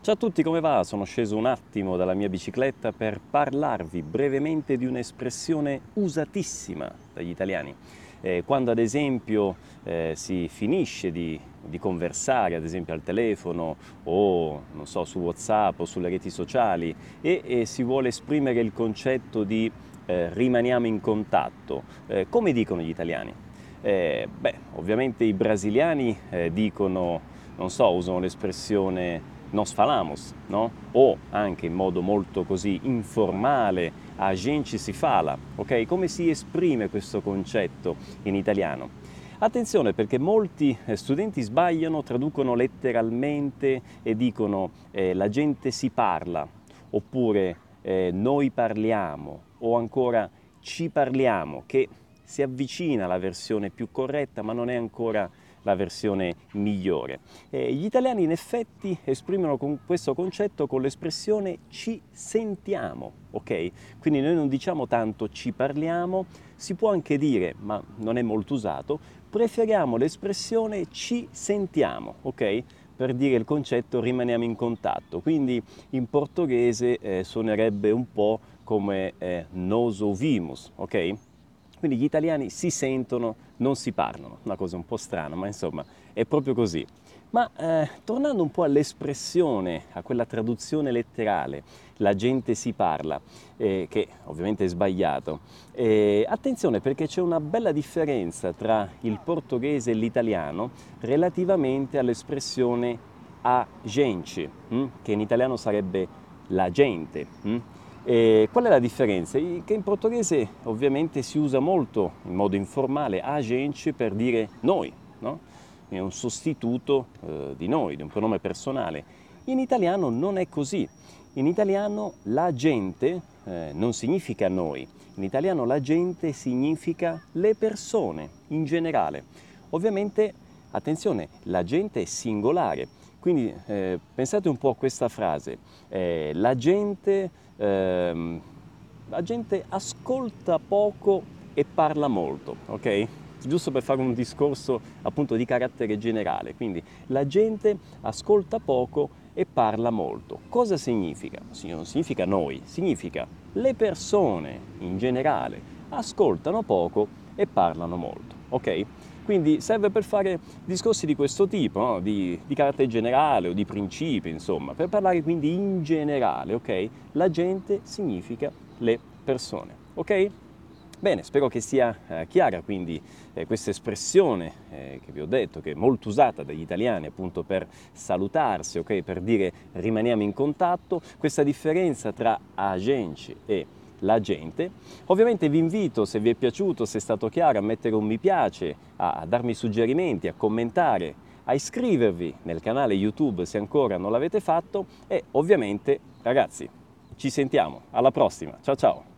Ciao a tutti, come va? Sono sceso un attimo dalla mia bicicletta per parlarvi brevemente di un'espressione usatissima dagli italiani. Quando ad esempio si finisce di conversare, ad esempio al telefono o non so, su WhatsApp o sulle reti sociali e si vuole esprimere il concetto di rimaniamo in contatto, come dicono gli italiani? Ovviamente i brasiliani dicono, non so, usano l'espressione nos falamos, no? O anche in modo molto così informale, a gente si fala, ok? Come si esprime questo concetto in italiano? Attenzione perché molti studenti sbagliano, traducono letteralmente e dicono la gente si parla, oppure noi parliamo, o ancora ci parliamo, che si avvicina alla versione più corretta, ma non è ancora la versione migliore. Gli italiani in effetti esprimono questo concetto con l'espressione ci sentiamo, ok? Quindi noi non diciamo tanto ci parliamo, si può anche dire, ma non è molto usato, preferiamo l'espressione ci sentiamo, ok? Per dire il concetto rimaniamo in contatto. Quindi in portoghese suonerebbe un po' come nos ouvimos, ok? Quindi gli italiani si sentono, non si parlano, una cosa un po' strana, ma insomma è proprio così. Ma tornando un po' all'espressione, a quella traduzione letterale, la gente si parla, che ovviamente è sbagliato, attenzione perché c'è una bella differenza tra il portoghese e l'italiano relativamente all'espressione a gente, che in italiano sarebbe la gente. E qual è la differenza? Che in portoghese ovviamente si usa molto in modo informale a gente per dire noi, no? È un sostituto di noi, di un pronome personale. In italiano non è così. In italiano la gente non significa noi. In italiano la gente significa le persone in generale. Ovviamente, attenzione, la gente è singolare. Quindi pensate un po' a questa frase. La gente ascolta poco e parla molto, ok? Giusto per fare un discorso appunto di carattere generale. Quindi la gente ascolta poco e parla molto. Cosa significa? Non significa noi, significa le persone in generale ascoltano poco e parlano molto, ok? Quindi serve per fare discorsi di questo tipo, no? Di carattere generale o di principi, insomma, per parlare quindi in generale, ok? La gente significa le persone, ok? Bene, spero che sia chiara quindi questa espressione che vi ho detto, che è molto usata dagli italiani appunto per salutarsi, ok? Per dire rimaniamo in contatto, questa differenza tra a gente e la gente. Ovviamente vi invito, se vi è piaciuto, se è stato chiaro, a mettere un mi piace, a darmi suggerimenti, a commentare, a iscrivervi nel canale YouTube se ancora non l'avete fatto e ovviamente, ragazzi, ci sentiamo, alla prossima, ciao ciao!